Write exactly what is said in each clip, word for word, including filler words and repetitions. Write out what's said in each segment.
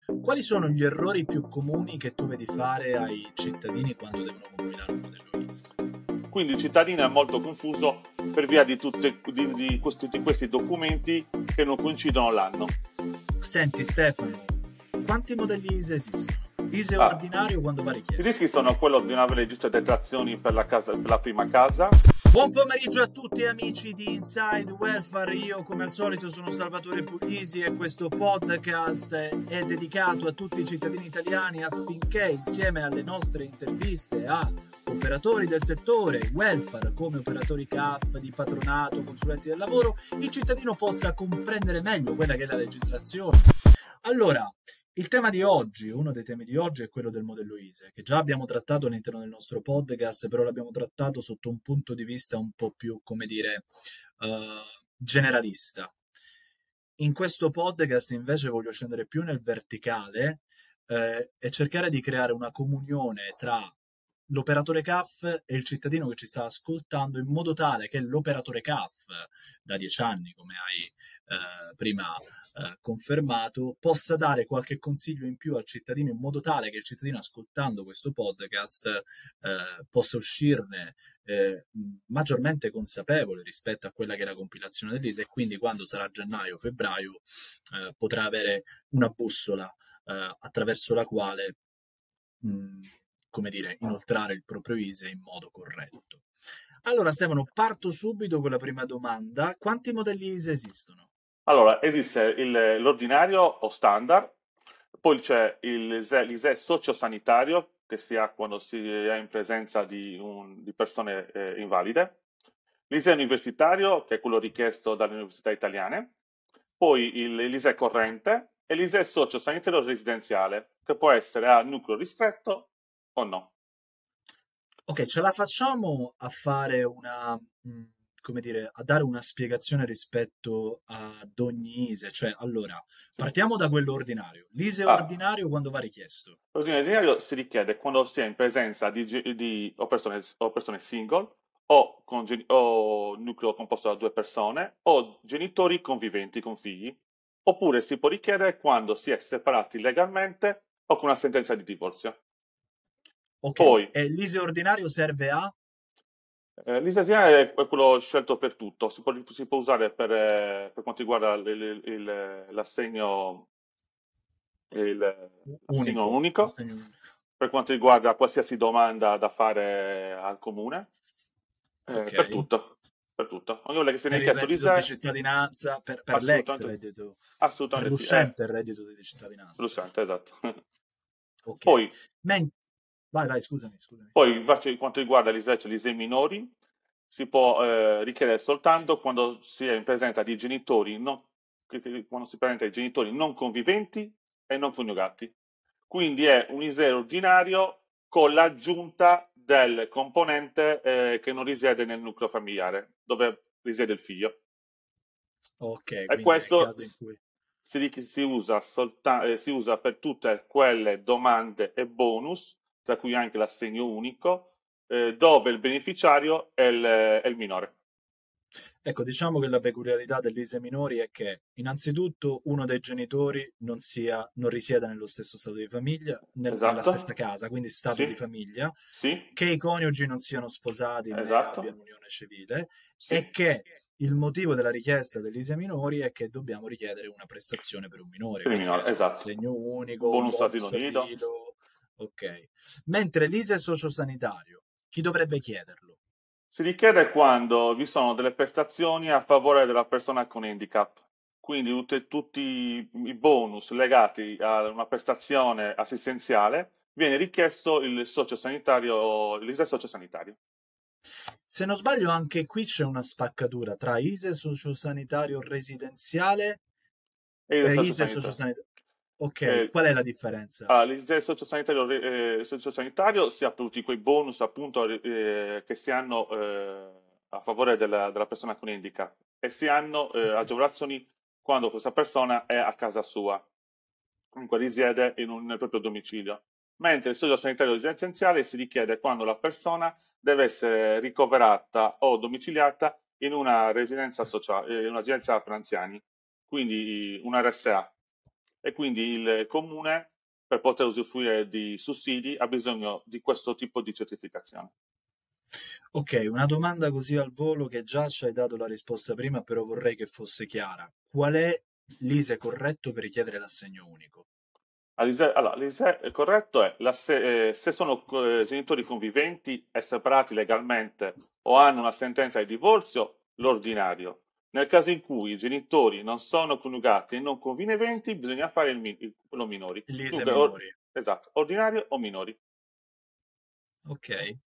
Quali sono gli errori più comuni che tu vedi fare ai cittadini quando devono compilare un modello I S A? Quindi il cittadino è molto confuso per via di, tutte, di, di questi, tutti questi documenti che non coincidono l'anno. Senti Stefano, quanti modelli I S A esistono? I S A Ah, ordinario quando va I richiesto? rischi sono quello di non avere le giuste detrazioni per la, casa, per la prima casa. Buon pomeriggio a tutti amici di Inside Welfare, io come al solito sono Salvatore Puglisi e questo podcast è dedicato a tutti i cittadini italiani affinché insieme alle nostre interviste a operatori del settore welfare come operatori C A F, di patronato, consulenti del lavoro, il cittadino possa comprendere meglio quella che è la legislazione. Allora, il tema di oggi, uno dei temi di oggi è quello del modello I S A, che già abbiamo trattato all'interno del nostro podcast, però l'abbiamo trattato sotto un punto di vista un po' più, come dire, uh, generalista. In questo podcast invece voglio scendere più nel verticale eh, e cercare di creare una comunione tra l'operatore C A F e il cittadino che ci sta ascoltando, in modo tale che l'operatore C A F, da dieci anni, come hai eh, prima eh, confermato, possa dare qualche consiglio in più al cittadino, in modo tale che il cittadino, ascoltando questo podcast, eh, possa uscirne eh, maggiormente consapevole rispetto a quella che è la compilazione dell'I S A, e quindi quando sarà gennaio o febbraio eh, potrà avere una bussola eh, attraverso la quale mh, come dire, inoltrare il proprio I S A in modo corretto. Allora Stefano, parto subito con la prima domanda: quanti modelli I S A esistono? Allora, esiste il, l'ordinario o standard, poi c'è il, l'I S E sociosanitario, che si ha quando si è in presenza di, un, di persone eh, invalide, l'I S E universitario, che è quello richiesto dalle università italiane, poi il, l'I S E corrente e l'I S E sociosanitario residenziale, che può essere a nucleo ristretto o no. Ok, ce la facciamo a fare una, mh, come dire, a dare una spiegazione rispetto ad ogni I S A? Cioè, allora, Sì. partiamo da quello ordinario. L'I S A Ah, ordinario quando va richiesto? l'ordine ordinario si richiede quando si è in presenza di, ge- di- o, persone, o persone single o, con geni- o nucleo composto da due persone o genitori conviventi con figli, oppure si può richiedere quando si è separati legalmente o con una sentenza di divorzio. Ok, Poi, e l'I S A ordinario serve a? eh, l'isasiale è quello scelto per tutto, si può, si può usare per, eh, per quanto riguarda il- il- il- l'assegno, il- l'assegno Unico, unico, assegno unico. per quanto riguarda qualsiasi domanda da fare al comune, eh, Ok. per tutto, per tutto. Ogni volta che se ne è Per il chiesto reddito di l'I S E E, cittadinanza, per, per l'ex assolutamente, reddito, per assolutamente sì, è l'uscente reddito di cittadinanza. lucente, esatto. Ok. Poi, Men- vai, vai, scusami, scusami. poi invece, quanto riguarda l'I S E E, cioè l'I S E E minori, si può eh, richiedere soltanto quando si è in presenza di genitori non, che- che- quando si presenta di genitori non conviventi e non coniugati. Quindi è un I S E E ordinario con l'aggiunta del componente eh, che non risiede nel nucleo familiare, dove risiede il figlio. Ok, E quindi nel questo caso in cui... si, si usa, solta- eh, si usa per tutte quelle domande e bonus, tra cui anche l'assegno unico, eh, dove il beneficiario è il, è il minore. Ecco, diciamo che la peculiarità dell'I S A minori è che innanzitutto uno dei genitori non sia, non risieda nello stesso stato di famiglia, nel- nella stessa Esatto? casa, quindi stato Sì? di famiglia, Sì? che i coniugi non siano sposati né Esatto? abbiano unione civile, Sì? e che il motivo della richiesta dell'I S A minori è che dobbiamo richiedere una prestazione per un minore, Per il quindi che ne minore, so, un esatto. assegno Un unico, un bonus asilo bonus nido. asilo, ok. Mentre l'I S A sociosanitario, chi dovrebbe chiederlo? Si richiede quando vi sono delle prestazioni a favore della persona con handicap, quindi tutte- tutti i bonus legati a una prestazione assistenziale, viene richiesto il sociosanitario, l'I S E E sociosanitario. Se non sbaglio, anche qui c'è una spaccatura tra I S A sociosanitario residenziale E il e I S A sociosanitario. sociosanitario. Ok, Eh, qual è la differenza? ah, l'I S E E sociosanitario, eh, sociosanitario si ha per tutti quei bonus appunto eh, che si hanno eh, a favore della, della persona con handicap e si hanno eh, agevolazioni quando questa persona è a casa sua, comunque risiede in un, nel proprio domicilio. Mentre il sociosanitario residenziale si richiede quando la persona deve essere ricoverata o domiciliata in una residenza sociale, in una residenza per anziani, quindi una R S A. e quindi il comune, per poter usufruire di sussidi, ha bisogno di questo tipo di certificazione. Ok, una domanda così al volo che già ci hai dato la risposta prima, però vorrei che fosse chiara. Qual è l'I S E corretto per richiedere l'assegno unico? L'ISEE, allora, l'ISEE corretto è la se, eh, se sono eh, genitori conviventi e separati legalmente o hanno una sentenza di divorzio, l'ordinario. Nel caso in cui i genitori non sono coniugati e non conviventi, bisogna fare il, mi- il- quello minori. L'I S E Dunque, or- minori. esatto, ordinario o minori. Ok.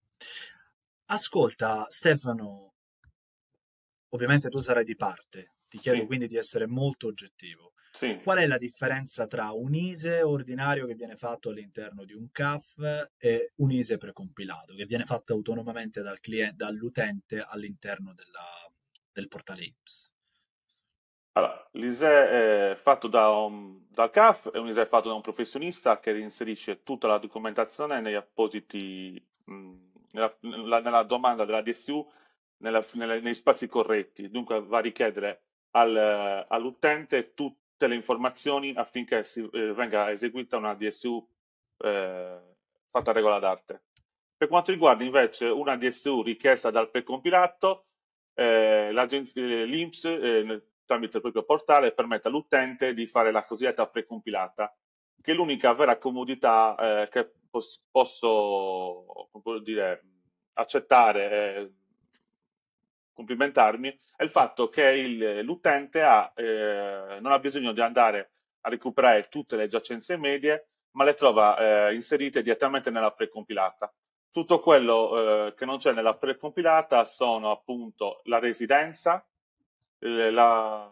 Ascolta, Stefano, ovviamente tu sarai di parte, ti chiedo Sì, quindi di essere molto oggettivo. sì. Qual è la differenza tra un I S E ordinario che viene fatto all'interno di un C A F e un I S E precompilato, che viene fatto autonomamente dal clien- dall'utente all'interno della- del portale I N P S? Allora, l'ISEE è fatto da un, dal C A F, è un ISEE fatto da un professionista che inserisce tutta la documentazione negli appositi, mh, nella, nella- nella domanda della D S U, nella- nelle- negli spazi corretti. Dunque va a richiedere al- all'utente tutte le informazioni affinché si, eh, venga eseguita una D S U eh, fatta a regola d'arte. Per quanto riguarda invece una D S U richiesta dal precompilato, eh, l'Agenzia- eh, l'I N P S, eh, nel- tramite il proprio portale, permette all'utente di fare la cosiddetta precompilata, che è l'unica vera comodità eh, che pos- posso, come posso dire, accettare e complimentarmi, è il fatto che il- l'utente ha, eh, non ha bisogno di andare a recuperare tutte le giacenze medie, ma le trova eh, inserite direttamente nella precompilata. Tutto quello eh, che non c'è nella precompilata sono appunto la residenza, eh, la-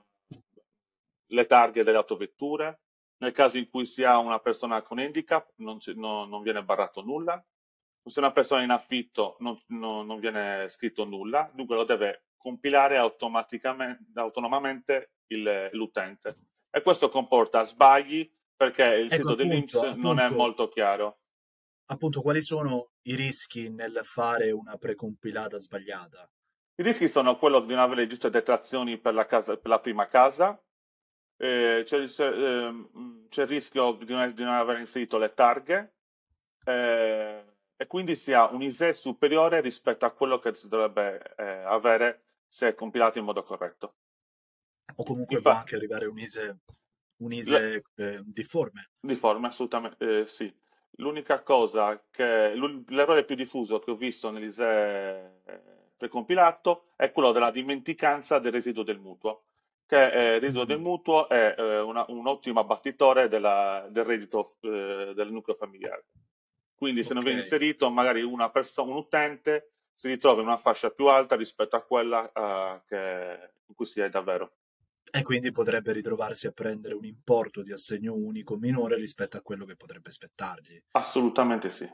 le targhe delle autovetture. Nel caso in cui si ha una persona con handicap non, c'è- no- non viene barrato nulla. Se una persona in affitto non, non- non viene scritto nulla, dunque lo deve compilare automaticamente, autonomamente il- l'utente. E questo comporta sbagli perché il Ecco sito appunto, dell'I N P S non è appunto, molto chiaro. appunto, quali sono i rischi nel fare una precompilata sbagliata? I rischi sono quello di non avere le giuste detrazioni per la, casa- per la prima casa, eh, c'è, il c'è, ehm, c'è il rischio di non, di non aver inserito le targhe, eh, e quindi si ha un ISEE superiore rispetto a quello che si dovrebbe eh, avere se è compilato in modo corretto. O comunque può Infatti, anche arrivare un I S E, un I S E eh, difforme. di forma, assolutamente eh, sì. L'unica cosa che l'errore più diffuso che ho visto nell'ISEE eh, precompilato è quello della dimenticanza del residuo del mutuo, che eh, il residuo del Mm, mutuo è eh, una- un ottimo abbattitore della- del reddito eh, del nucleo familiare. Quindi se non ok. viene inserito, magari una persona, un utente si ritrova in una fascia più alta rispetto a quella eh, che- in cui si è davvero. E quindi potrebbe ritrovarsi a prendere un importo di assegno unico minore rispetto a quello che potrebbe spettargli. Assolutamente sì.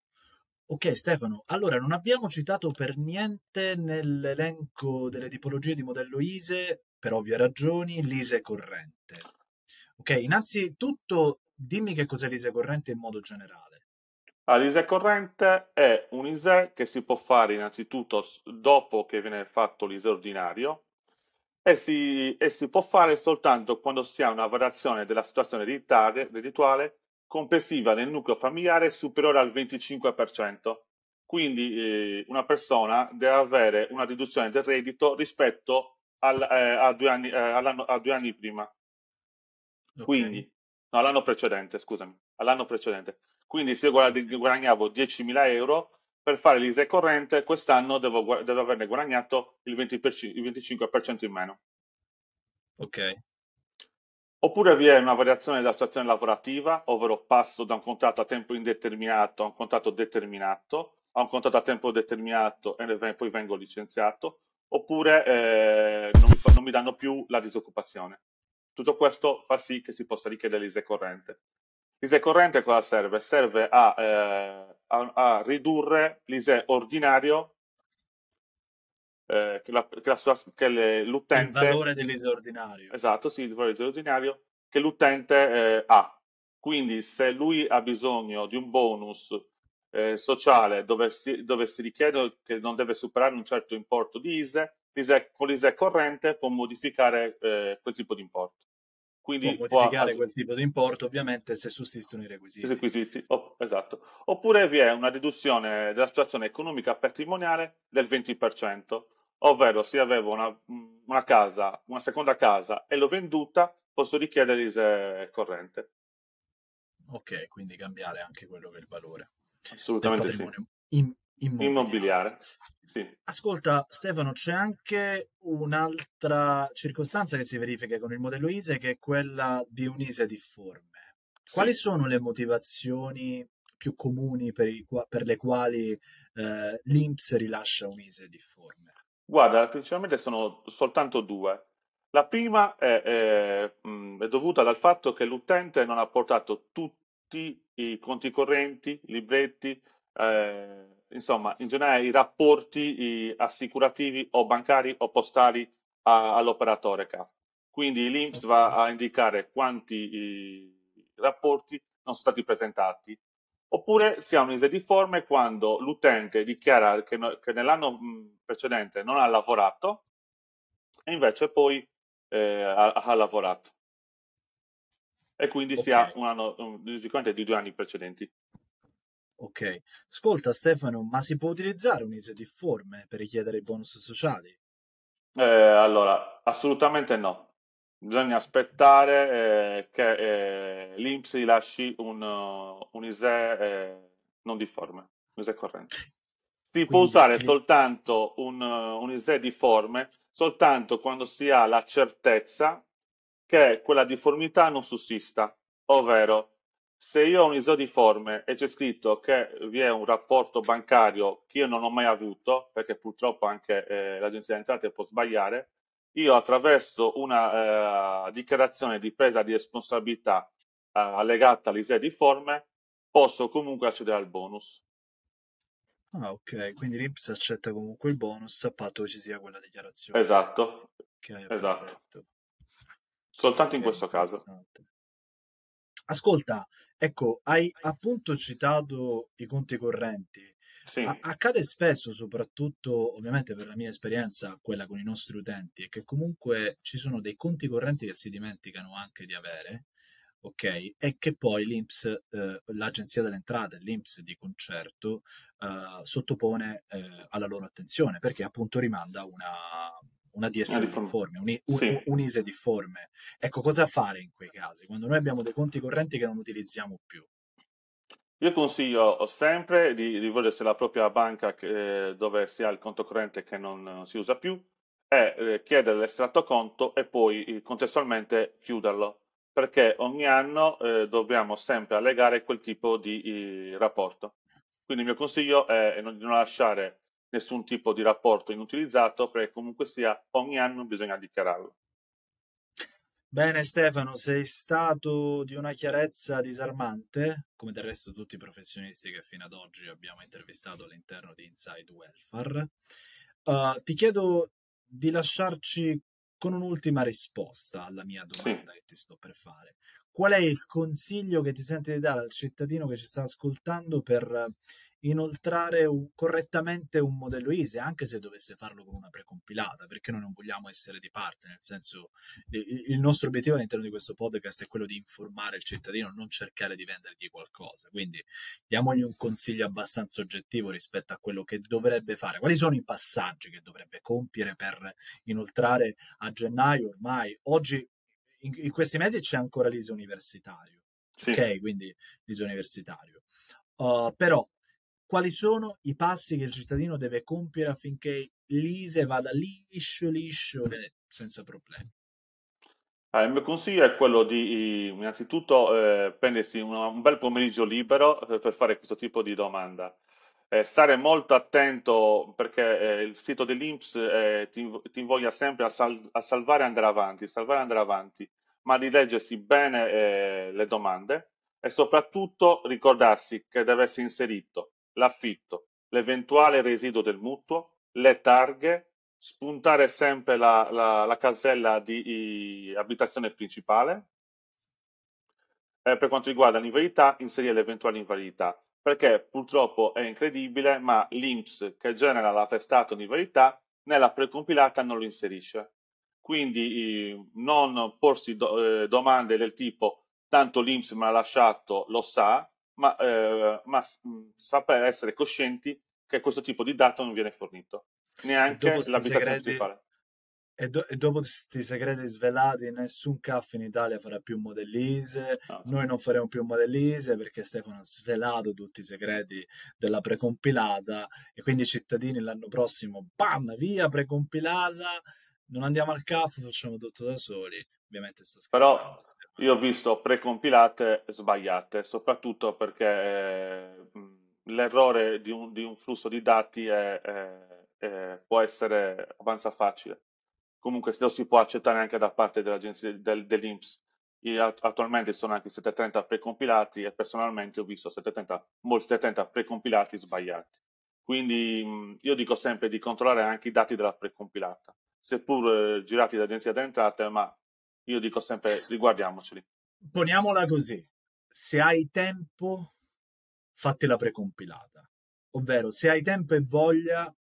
Ok, Stefano, allora non abbiamo citato per niente nell'elenco delle tipologie di modello I S E, per ovvie ragioni, l'I S E corrente. Ok, innanzitutto dimmi che cos'è l'I S E corrente in modo generale. Ah, l'ISEE corrente è un ISEE che si può fare innanzitutto s- dopo che viene fatto l'ISEE ordinario e si, e si può fare soltanto quando si ha una variazione della situazione ereditaria- reddituale complessiva nel nucleo familiare superiore al venticinque per cento. Quindi eh, una persona deve avere una riduzione del reddito rispetto al, eh, a, due anni, eh, all'anno- a due anni prima. Ok, Quindi, no, all'anno precedente, scusami, all'anno precedente. Quindi se io guadag- guadagnavo diecimila euro, per fare l'I S E E corrente, quest'anno devo, gua- devo averne guadagnato il venti per cento, il venticinque per cento in meno. ok. Oppure vi è una variazione della situazione lavorativa, ovvero passo da un contratto a tempo indeterminato a un contratto determinato, a un contratto a tempo determinato e ne- poi vengo licenziato, oppure eh, non mi, fa- non mi danno più la disoccupazione. Tutto questo fa sì che si possa richiedere l'I S E E corrente. L'I S E E corrente cosa serve? Serve a, eh, a- a ridurre l'I S E E ordinario eh, che, la- che la sua- che le- Il l'utente, valore dell'I S E ordinario. esatto, sì, il valore ordinario che l'utente eh, ha. Quindi se lui ha bisogno di un bonus eh, sociale dove si, dove si richiede che non deve superare un certo importo di I S E E, l'I S E E con l'I S E E corrente può modificare eh, quel tipo di importo. quindi Può può modificare quel tipo di importo, ovviamente, se sussistono i i requisiti. requisiti, o- esatto. Oppure vi è una riduzione della situazione economica patrimoniale del venti per cento, ovvero se avevo una, una casa, una seconda casa e l'ho venduta, posso richiedere l'I S E E corrente. Ok, quindi cambiare anche quello che è il valore del Assolutamente sì. patrimonio im- immobiliare. Immobiliare, sì. Ascolta Stefano, c'è anche un'altra circostanza che si verifica con il modello I S E, che è quella di un I S E difforme. Quali Sì. sono le motivazioni più comuni per, i qua- per le quali eh, l'I N P S rilascia un I S E difforme? Guarda, principalmente sono soltanto due. La prima è, è, mh, è dovuta dal fatto che l'utente non ha portato tutti i conti correnti, libretti, eh, insomma, in generale i rapporti i assicurativi o bancari o postali a- all'operatore C A F. Quindi l'I N P S Ok, va a indicare quanti i rapporti non sono stati presentati. Oppure si ha un I S E difforme quando l'utente dichiara che, no- che nell'anno mh, precedente non ha lavorato e invece poi eh, ha, ha lavorato. E quindi si ok, ha un anno, un, logicamente di due anni precedenti. ok. Ascolta Stefano, ma si può utilizzare un I S E difforme per richiedere i bonus sociali? Eh, allora, assolutamente no. Bisogna aspettare eh, che eh, l'I N P S rilasci un, uh, un I S E eh, non difforme, un I S E corrente. Si può Quindi usare il- soltanto un, uh, un I S E difforme soltanto quando si ha la certezza che quella difformità non sussista, ovvero se io ho un I S O difforme e c'è scritto che vi è un rapporto bancario che io non ho mai avuto, perché purtroppo anche eh, l'Agenzia delle Entrate può sbagliare, io attraverso una eh, dichiarazione di presa di responsabilità eh, allegata all'I S E difforme posso comunque accedere al bonus. Ah, ok, quindi l'I N P S accetta comunque il bonus a patto che ci sia quella dichiarazione Esatto, che hai appena esatto. detto. Soltanto Ok, in questo caso. interessante. Ascolta, ecco, hai appunto citato i conti correnti. Sì, A- accade spesso, soprattutto ovviamente per la mia esperienza, quella con i nostri utenti, è che comunque ci sono dei conti correnti che si dimenticano anche di avere, ok? E che poi l'I N P S, eh, l'Agenzia delle Entrate, l'I N P S di concerto, eh, sottopone eh, alla loro attenzione, perché appunto rimanda una, una una D S O riforma. difforme, un, I- un, Sì. un I S E difforme. Ecco, cosa fare in quei casi? Quando noi abbiamo dei conti correnti che non utilizziamo più. Io consiglio sempre di rivolgersi alla propria banca che- eh, dove si ha il conto corrente che non eh, si usa più e eh, chiedere l'estratto conto e poi eh, contestualmente chiuderlo, perché ogni anno eh, dobbiamo sempre allegare quel tipo di eh, rapporto. Quindi il mio consiglio è non- di non lasciare nessun tipo di rapporto inutilizzato, perché comunque sia ogni anno bisogna dichiararlo. Bene Stefano, sei stato di una chiarezza disarmante, come del resto tutti i professionisti che fino ad oggi abbiamo intervistato all'interno di Inside Welfare. Uh, ti chiedo di lasciarci con un'ultima risposta alla mia Sì. domanda che ti sto per fare. Qual è il consiglio che ti senti di dare al cittadino che ci sta ascoltando per inoltrare un- correttamente un modello I S E, anche se dovesse farlo con una precompilata, perché noi non vogliamo essere di parte, nel senso il il nostro obiettivo all'interno di questo podcast è quello di informare il cittadino, non cercare di vendergli qualcosa. Quindi diamogli un consiglio abbastanza oggettivo rispetto a quello che dovrebbe fare. Quali sono i passaggi che dovrebbe compiere per inoltrare a gennaio ormai? Oggi, in, in questi mesi c'è ancora l'I S E universitario, Sì. ok? Quindi l'I S E universitario. Uh, però quali sono i passi che il cittadino deve compiere affinché l'I S E vada liscio, liscio, e senza problemi? Ah, il mio consiglio è quello di innanzitutto eh, prendersi un, un bel pomeriggio libero eh, per fare questo tipo di domanda. Eh, stare molto attento perché eh, il sito dell'I N P S eh, ti, ti invoglia sempre a, sal- a salvare e andare avanti, salvare e andare avanti, ma di leggersi bene eh, le domande e soprattutto ricordarsi che deve essere inserito l'affitto, l'eventuale residuo del mutuo, le targhe, spuntare sempre la, la- la casella di i- abitazione principale. Eh, per quanto riguarda l'invalidità, inserire le eventuali invalidità, perché purtroppo è incredibile, ma l'I N P S che genera l'attestato di invalidità nella precompilata non lo inserisce. quindi eh, non porsi do, eh, domande del tipo tanto l'I N P S me l'ha lasciato, lo sa, ma, eh, ma mh, sapere essere coscienti che questo tipo di dato non viene fornito, E neanche dopo sti l'abitazione segreti, principale. e, do- e dopo questi segreti svelati, nessun C A F in Italia farà più modellise, No. noi non faremo più modellise perché Stefano ha svelato tutti i segreti della precompilata e quindi i cittadini l'anno prossimo, bam, via precompilata, non andiamo al C A F, facciamo tutto da soli. Ovviamente sto Però scherzando, Stefano. io ho visto precompilate sbagliate, soprattutto perché eh, l'errore di un, di un flusso di dati è, è- è- può essere abbastanza facile. Comunque lo si può accettare anche da parte dell'agenzia del, dell'I N P S. Io, attualmente sono anche settecentotrenta precompilati e personalmente ho visto settecentotrenta, molti settecentotrenta precompilati sbagliati. Quindi mh, io dico sempre di controllare anche i dati della precompilata, seppur eh, girati dall'agenzia delle entrate, ma io dico sempre riguardiamoceli. Poniamola così, se hai tempo, fatti la precompilata, ovvero se hai tempo e voglia,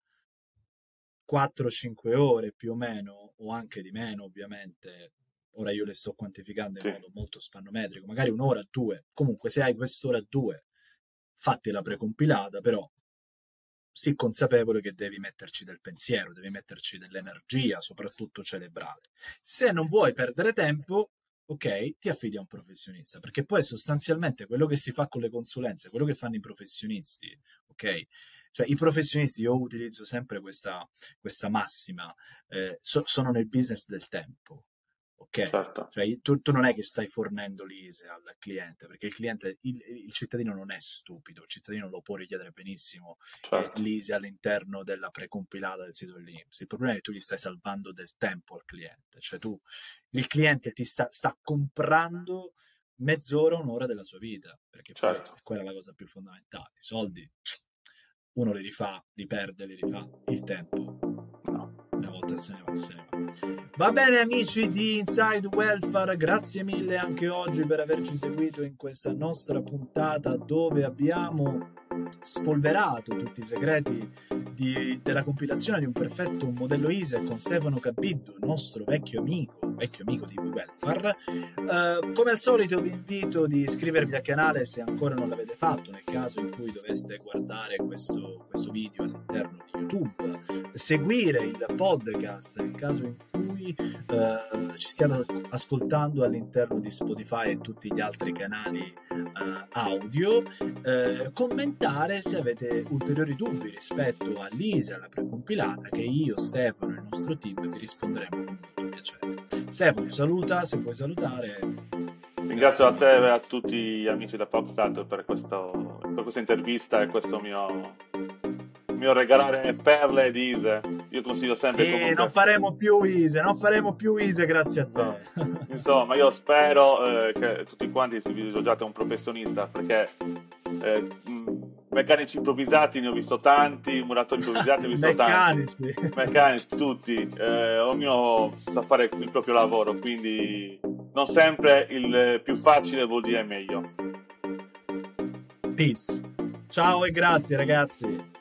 quattro cinque ore più o meno, o anche di meno ovviamente, ora io le sto quantificando in Sì, modo molto spannometrico, magari un'ora, due, comunque se hai quest'ora, due, fatti la precompilata, però sii consapevole che devi metterci del pensiero, devi metterci dell'energia, soprattutto cerebrale. Se non vuoi perdere tempo, ok, ti affidi a un professionista, perché poi sostanzialmente quello che si fa con le consulenze, quello che fanno i professionisti, ok? Cioè i professionisti, io utilizzo sempre questa, questa massima, eh, so- sono nel business del tempo, ok? certo, Cioè tu, tu non è che stai fornendo l'I S E al cliente, perché il cliente, il, il cittadino non è stupido, il cittadino lo può richiedere benissimo eh, certo, l'I S E all'interno della precompilata del sito dell'I N P S. Il problema è che tu gli stai salvando del tempo al cliente, cioè tu, il cliente ti sta, sta comprando mezz'ora, un'ora della sua vita, perché poi certo. è quella la cosa più fondamentale. I soldi uno li rifà, li perde, li rifà, il tempo no, una volta se ne va, se ne va. Va bene amici di Inside Welfare, grazie mille anche oggi per averci seguito in questa nostra puntata dove abbiamo spolverato tutti i segreti di, della compilazione di un perfetto modello I S E con Stefano Capiddu, nostro vecchio amico, vecchio amico di Welfare. Uh, come al solito vi invito di iscrivervi al canale se ancora non l'avete fatto, nel caso in cui doveste guardare questo, questo video all'interno di YouTube, seguire il podcast nel caso in cui uh, ci stiate ascoltando all'interno di Spotify e tutti gli altri canali uh, audio, uh, commentare se avete ulteriori dubbi rispetto all'I S E, alla precompilata, che io, Stefano e il nostro team vi risponderemo con molto piacere. Stefano, saluta, se puoi salutare. Ringrazio a te e a tutti gli amici da PopStat per, questo, per questa intervista e questo mio, mio regalare perle di I S E. Io consiglio sempre sì, comunque... non faremo più I S E, non faremo più I S E grazie a te. No. Insomma, io spero eh, che tutti quanti si rivolgiate a un professionista, perché eh, mh, meccanici improvvisati ne ho visto tanti, muratori improvvisati ne ho visto meccanici. tanti. Meccanici, tutti. Eh, ognuno sa fare il proprio lavoro, quindi non sempre il più facile vuol dire meglio. Peace. Ciao e grazie ragazzi.